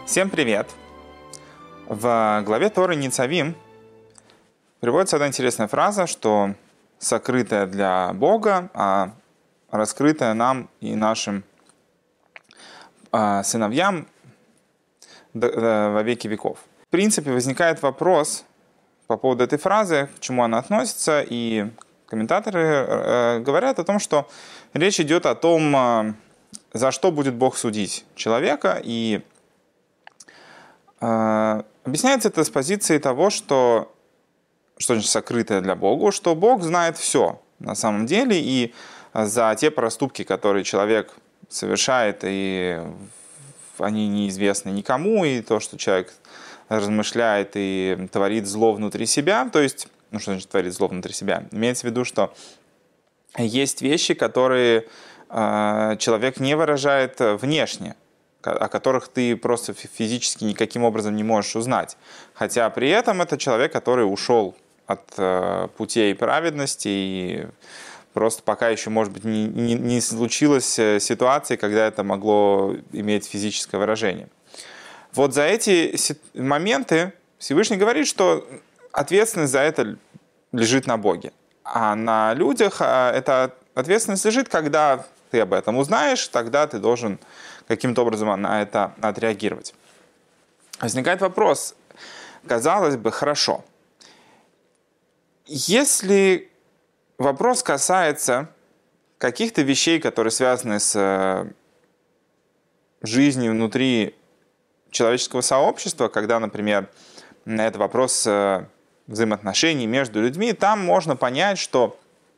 Всем привет! В главе Торы Ницавим приводится одна интересная фраза, что сокрытое для Бога, а раскрытое нам и нашим сыновьям во веки веков. В принципе, возникает вопрос по поводу этой фразы, к чему она относится, и комментаторы говорят о том, что речь идет о том, за что будет Бог судить человека, и объясняется это с позиции того, что значит сокрытое для Бога, что Бог знает все на самом деле, и за те проступки, которые человек совершает, и они неизвестны никому, и то, что человек размышляет и творит зло внутри себя, то есть, что значит творит зло внутри себя? Имеется в виду, что есть вещи, которые человек не выражает внешне, о которых ты просто физически никаким образом не можешь узнать. Хотя при этом это человек, который ушел от путей праведности, и просто пока еще, может быть, не случилась ситуация, когда это могло иметь физическое выражение. Вот за эти моменты Всевышний говорит, что ответственность за это лежит на Боге. А на людях эта ответственность лежит, когда ты об этом узнаешь, тогда ты должен каким-то образом на это отреагировать. Возникает вопрос, казалось бы, хорошо. Если вопрос касается каких-то вещей, которые связаны с жизнью внутри человеческого сообщества, когда, например, это вопрос взаимоотношений между людьми, там можно понять, что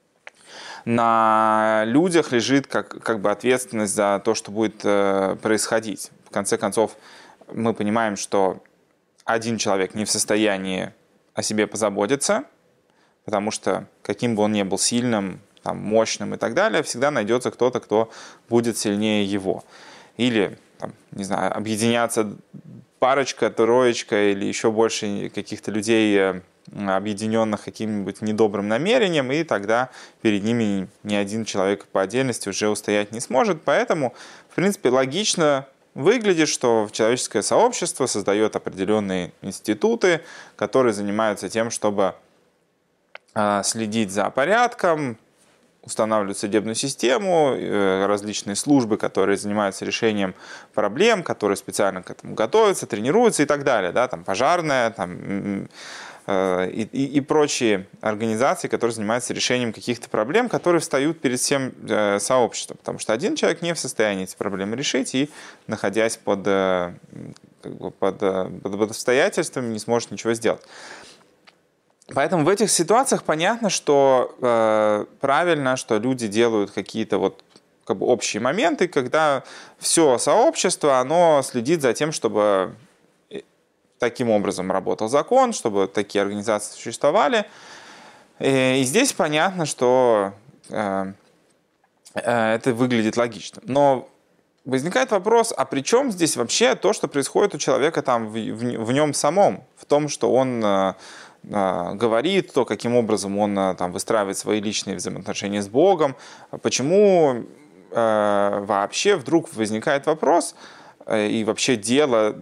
на людях лежит как бы ответственность за то, что будет происходить. В конце концов, мы понимаем, что один человек не в состоянии о себе позаботиться, потому что каким бы он ни был сильным, там, мощным и так далее, всегда найдется кто-то, кто будет сильнее его. Или, там, не знаю, объединяться парочка, троечка или еще больше каких-то людей, объединенных каким-нибудь недобрым намерением, и тогда перед ними ни один человек по отдельности уже устоять не сможет. Поэтому, в принципе, логично выглядит, что человеческое сообщество создает определенные институты, которые занимаются тем, чтобы следить за порядком, устанавливают судебную систему, различные службы, которые занимаются решением проблем, которые специально к этому готовятся, тренируются и так далее. Да? Там пожарная, там, и прочие организации, которые занимаются решением каких-то проблем, которые встают перед всем сообществом. Потому что один человек не в состоянии эти проблемы решить, и, находясь под обстоятельствами, не сможет ничего сделать. Поэтому в этих ситуациях понятно, что правильно, что люди делают какие-то вот как бы общие моменты, когда все сообщество, оно следит за тем, чтобы таким образом работал закон, чтобы такие организации существовали. И здесь понятно, что это выглядит логично. Но возникает вопрос, а при чем здесь вообще то, что происходит у человека там в нем самом, в том, что он говорит, то, каким образом он там выстраивает свои личные взаимоотношения с Богом, почему вообще вдруг возникает вопрос, и вообще дело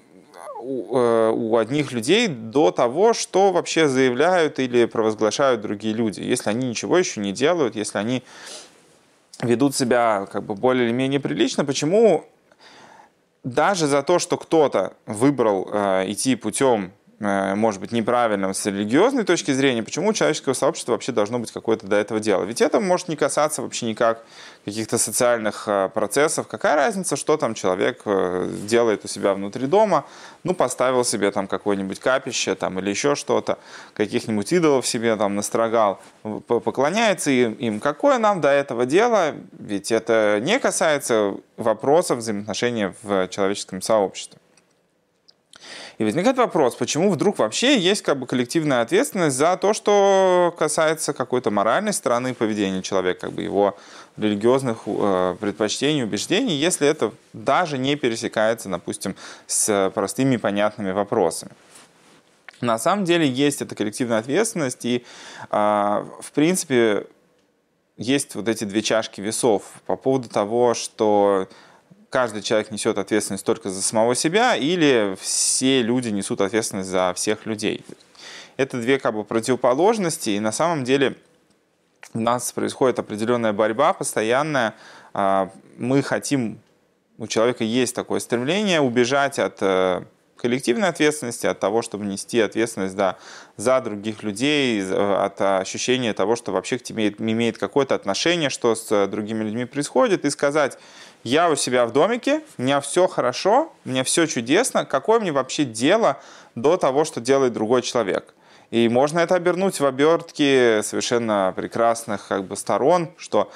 у одних людей до того, что вообще заявляют или провозглашают другие люди. Если они ничего еще не делают, если они ведут себя как бы более или менее прилично, почему даже за то, что кто-то выбрал идти путем, может быть, неправильным с религиозной точки зрения, почему у человеческого сообщества вообще должно быть какое-то до этого дело? Ведь это может не касаться вообще никак каких-то социальных процессов. Какая разница, что там человек делает у себя внутри дома? Ну, поставил себе там какое-нибудь капище там, или еще что-то, каких-нибудь идолов себе там настрогал, поклоняется им. Какое нам до этого дело? Ведь это не касается вопросов взаимоотношений в человеческом сообществе. И возникает вопрос, почему вдруг вообще есть как бы коллективная ответственность за то, что касается какой-то моральной стороны поведения человека, как бы его религиозных предпочтений, убеждений, если это даже не пересекается, допустим, с простыми понятными вопросами. На самом деле есть эта коллективная ответственность, и в принципе есть вот эти две чашки весов по поводу того, что каждый человек несет ответственность только за самого себя, или все люди несут ответственность за всех людей. Это две как бы противоположности, и на самом деле у нас происходит определенная борьба постоянная. Мы хотим, у человека есть такое стремление убежать от коллективной ответственности, от того, чтобы нести ответственность за других людей, от ощущения того, что вообще к тебе имеет какое-то отношение, что с другими людьми происходит, и сказать: я у себя в домике, у меня все хорошо, у меня все чудесно, какое мне вообще дело до того, что делает другой человек? И можно это обернуть в обертке совершенно прекрасных как бы сторон, что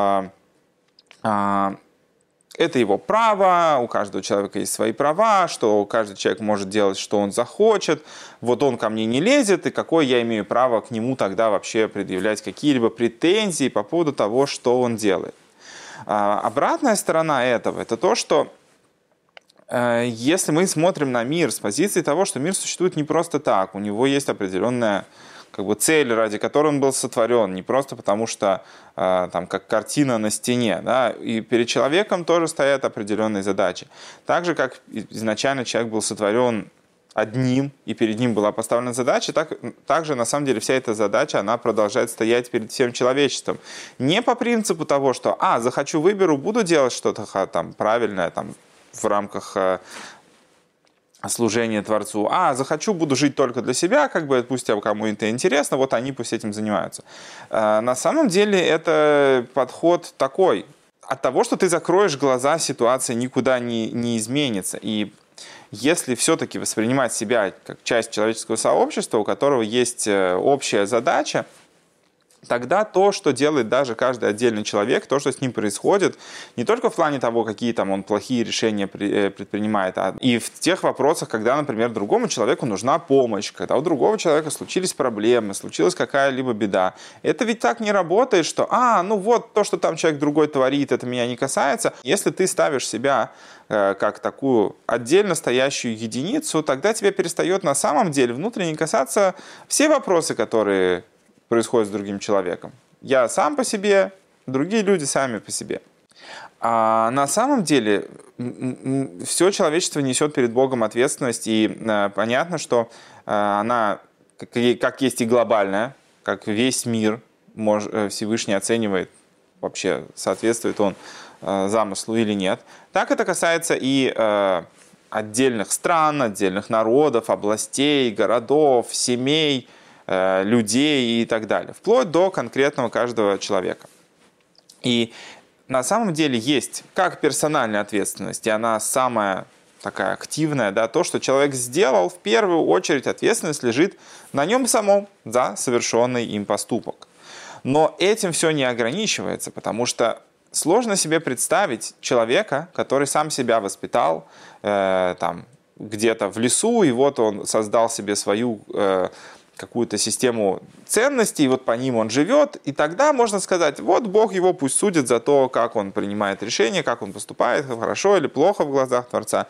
это его право, у каждого человека есть свои права, что каждый человек может делать, что он захочет, вот он ко мне не лезет, и какое я имею право к нему тогда вообще предъявлять какие-либо претензии по поводу того, что он делает. Обратная сторона этого – это то, что если мы смотрим на мир с позиции того, что мир существует не просто так, у него есть определенная как бы цель, ради которой он был сотворен, не просто потому что там как картина на стене, да? И перед человеком тоже стоят определенные задачи. Так же, как изначально человек был сотворен одним, и перед ним была поставлена задача, так же на самом деле вся эта задача, она продолжает стоять перед всем человечеством. Не по принципу того, что захочу, выберу, буду делать что-то там правильное там, в рамках служения Творцу. Захочу, буду жить только для себя, как бы пусть кому это интересно, вот они пусть этим занимаются. На самом деле это подход такой. От того, что ты закроешь глаза, ситуация никуда не изменится. И если все-таки воспринимать себя как часть человеческого сообщества, у которого есть общая задача, тогда то, что делает даже каждый отдельный человек, то, что с ним происходит, не только в плане того, какие там он плохие решения предпринимает, а и в тех вопросах, когда, например, другому человеку нужна помощь, когда у другого человека случились проблемы, случилась какая-либо беда. Это ведь так не работает, что ну вот то, что там человек другой творит, это меня не касается. Если ты ставишь себя как такую отдельно стоящую единицу, тогда тебе перестает на самом деле внутренне касаться все вопросы, которые происходит с другим человеком. Я сам по себе, другие люди сами по себе. А на самом деле все человечество несет перед Богом ответственность, и понятно, что она, как есть и глобальная, как весь мир Всевышний оценивает, вообще соответствует он замыслу или нет, так это касается и отдельных стран, отдельных народов, областей, городов, семей, людей и так далее, вплоть до конкретного каждого человека. И на самом деле есть как персональная ответственность, и она самая такая активная, да, то, что человек сделал, в первую очередь ответственность лежит на нем самом за совершенный им поступок. Но этим все не ограничивается, потому что сложно себе представить человека, который сам себя воспитал там где-то в лесу, и вот он создал себе свою какую-то систему ценностей, и вот по ним он живет, и тогда можно сказать, вот Бог его пусть судит за то, как он принимает решения, как он поступает, хорошо или плохо в глазах Творца.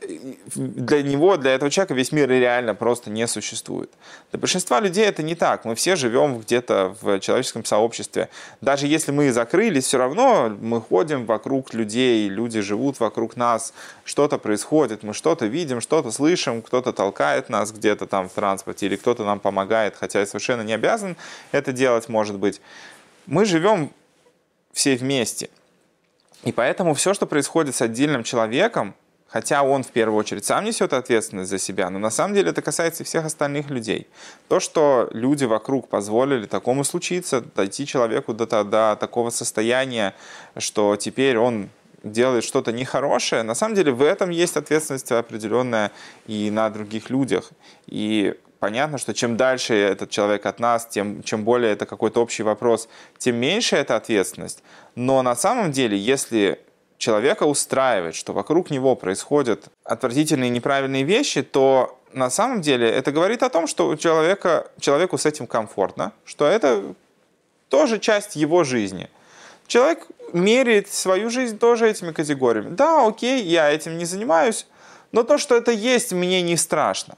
Для него, для этого человека весь мир реально просто не существует. Для большинства людей это не так. Мы все живем где-то в человеческом сообществе. Даже если мы закрылись, все равно мы ходим вокруг людей, люди живут вокруг нас, что-то происходит, мы что-то видим, что-то слышим, кто-то толкает нас где-то там в транспорте, или кто-то нам помогает, хотя я совершенно не обязан это делать, может быть. Мы живем все вместе. И поэтому все, что происходит с отдельным человеком, хотя он в первую очередь сам несет ответственность за себя, но на самом деле это касается и всех остальных людей. То, что люди вокруг позволили такому случиться, дойти человеку до такого состояния, что теперь он делает что-то нехорошее, на самом деле в этом есть ответственность определенная и на других людях. И понятно, что чем дальше этот человек от нас, чем более это какой-то общий вопрос, тем меньше эта ответственность. Но на самом деле, если человека устраивает, что вокруг него происходят отвратительные и неправильные вещи, то на самом деле это говорит о том, что человеку с этим комфортно, что это тоже часть его жизни. Человек меряет свою жизнь тоже этими категориями. Да, окей, я этим не занимаюсь, но то, что это есть, мне не страшно.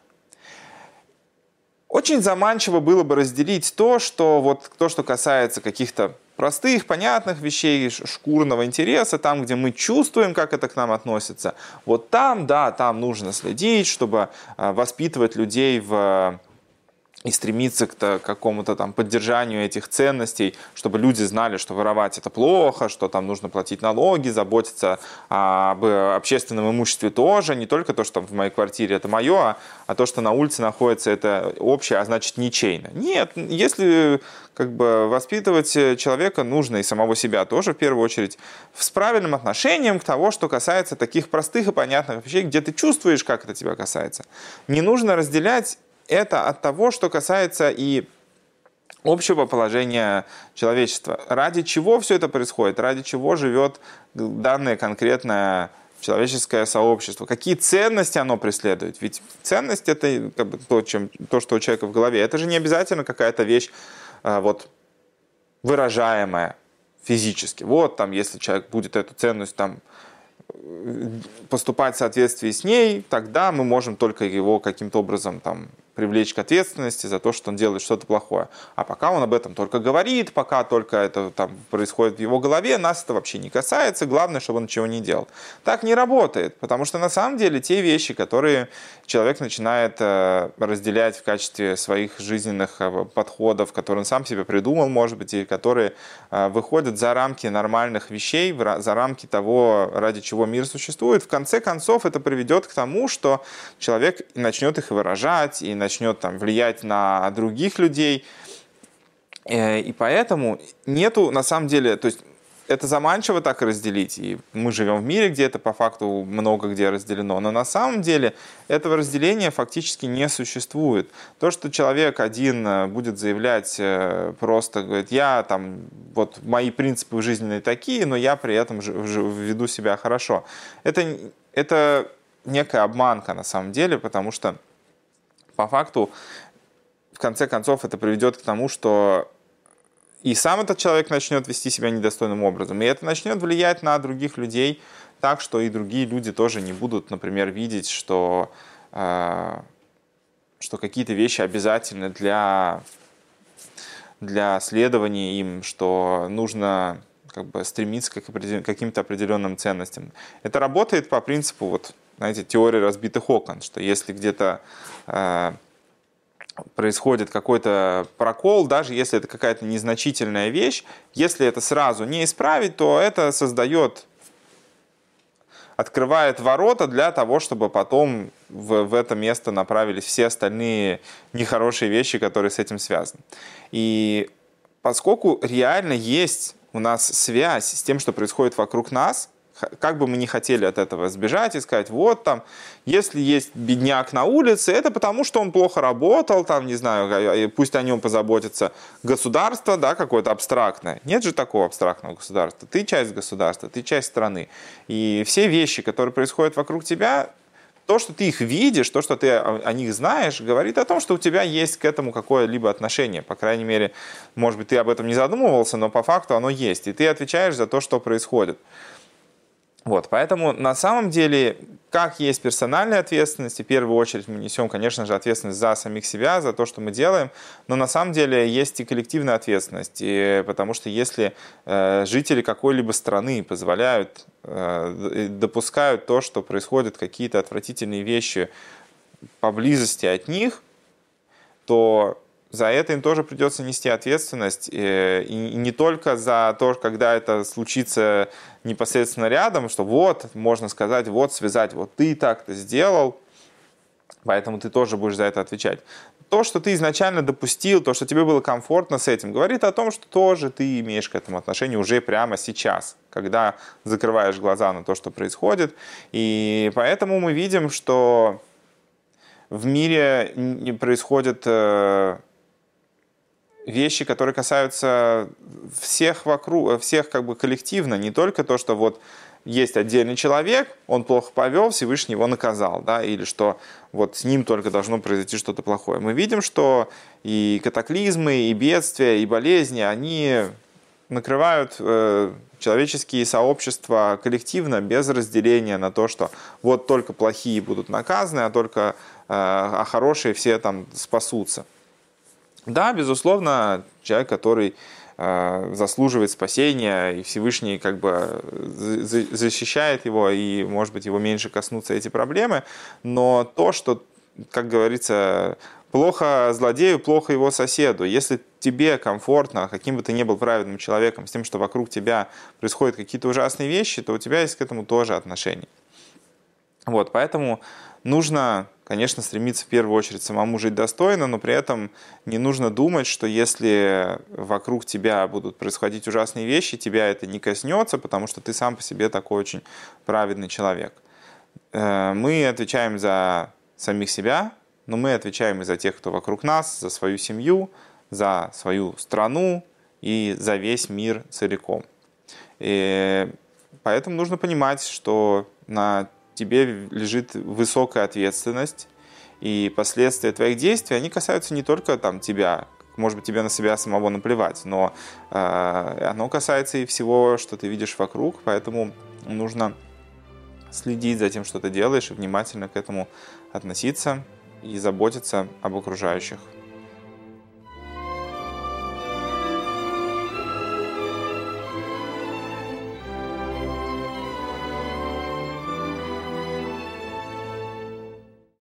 Очень заманчиво было бы разделить то, что касается каких-то простых, понятных вещей, шкурного интереса, там, где мы чувствуем, как это к нам относится, вот там, да, там нужно следить, чтобы воспитывать людей и стремиться к какому-то там поддержанию этих ценностей, чтобы люди знали, что воровать это плохо, что там нужно платить налоги, заботиться об общественном имуществе тоже, не только то, что в моей квартире это мое, а то, что на улице находится, это общее, а значит ничейно. Нет, если как бы воспитывать человека нужно и самого себя тоже в первую очередь с правильным отношением к тому, что касается таких простых и понятных вещей, где ты чувствуешь, как это тебя касается. Не нужно разделять это от того, что касается и общего положения человечества. Ради чего все это происходит? Ради чего живет данное конкретное человеческое сообщество? Какие ценности оно преследует? Ведь ценность — это как бы то, что у человека в голове. Это же не обязательно какая-то вещь вот, выражаемая физически. Вот там, если человек будет эту ценность там поступать в соответствии с ней, тогда мы можем только его каким-то образом там привлечь к ответственности за то, что он делает что-то плохое. А пока он об этом только говорит, пока только это там происходит в его голове, нас это вообще не касается, главное, чтобы он ничего не делал. Так не работает, потому что на самом деле те вещи, которые человек начинает разделять в качестве своих жизненных подходов, которые он сам себе придумал, может быть, и которые выходят за рамки нормальных вещей, за рамки того, ради чего мир существует, в конце концов это приведет к тому, что человек начнет их выражать и начнет там влиять на других людей. И поэтому нету, на самом деле, то есть это заманчиво так разделить, и мы живем в мире, где это по факту много где разделено, но на самом деле этого разделения фактически не существует. То, что человек один будет заявлять просто, говорит, я там, вот мои принципы жизненные такие, но я при этом веду себя хорошо. Это некая обманка на самом деле, потому что по факту, в конце концов, это приведет к тому, что и сам этот человек начнет вести себя недостойным образом, и это начнет влиять на других людей так, что и другие люди тоже не будут, например, видеть, что какие-то вещи обязательны для следования им, что нужно как бы стремиться к каким-то определенным ценностям. Это работает по принципу, вот, знаете, теории разбитых окон, что если где-то происходит какой-то прокол, даже если это какая-то незначительная вещь, если это сразу не исправить, то это открывает ворота для того, чтобы потом в это место направились все остальные нехорошие вещи, которые с этим связаны. И поскольку реально есть у нас связь с тем, что происходит вокруг нас, как бы мы ни хотели от этого сбежать и сказать, вот там, если есть бедняк на улице, это потому, что он плохо работал, там, не знаю, пусть о нем позаботится государство, да, какое-то абстрактное. Нет же такого абстрактного государства. Ты часть государства, ты часть страны. И все вещи, которые происходят вокруг тебя, то, что ты их видишь, то, что ты о них знаешь, говорит о том, что у тебя есть к этому какое-либо отношение. По крайней мере, может быть, ты об этом не задумывался, но по факту оно есть. И ты отвечаешь за то, что происходит. Вот, поэтому на самом деле, как есть персональная ответственность, в первую очередь мы несем, конечно же, ответственность за самих себя, за то, что мы делаем, но на самом деле есть и коллективная ответственность, потому что если жители какой-либо страны позволяют, допускают то, что происходят какие-то отвратительные вещи поблизости от них, то за это им тоже придется нести ответственность. И не только за то, когда это случится непосредственно рядом, что вот, можно сказать, вот, связать, вот ты так-то сделал, поэтому ты тоже будешь за это отвечать. То, что ты изначально допустил, то, что тебе было комфортно с этим, говорит о том, что тоже ты имеешь к этому отношение уже прямо сейчас, когда закрываешь глаза на то, что происходит. И поэтому мы видим, что в мире происходят вещи, которые касаются всех вокруг, всех как бы коллективно, не только то, что вот есть отдельный человек, он плохо повел, Всевышний его наказал, да, или что вот с ним только должно произойти что-то плохое. Мы видим, что и катаклизмы, и бедствия, и болезни, они накрывают человеческие сообщества коллективно, без разделения на то, что вот только плохие будут наказаны, а хорошие все там спасутся. Да, безусловно, человек, который заслуживает спасения, и Всевышний как бы защищает его, и, может быть, его меньше коснутся эти проблемы. Но то, что, как говорится, плохо злодею, плохо его соседу. Если тебе комфортно, каким бы ты ни был праведным человеком, с тем, что вокруг тебя происходят какие-то ужасные вещи, то у тебя есть к этому тоже отношение. Вот, поэтому нужно, конечно, стремиться в первую очередь самому жить достойно, но при этом не нужно думать, что если вокруг тебя будут происходить ужасные вещи, тебя это не коснется, потому что ты сам по себе такой очень праведный человек. Мы отвечаем за самих себя, но мы отвечаем и за тех, кто вокруг нас, за свою семью, за свою страну и за весь мир целиком. И поэтому нужно понимать, что на тебе лежит высокая ответственность, и последствия твоих действий, они касаются не только там, тебя, может быть, тебе на себя самого наплевать, но оно касается и всего, что ты видишь вокруг, поэтому нужно следить за тем, что ты делаешь, и внимательно к этому относиться и заботиться об окружающих.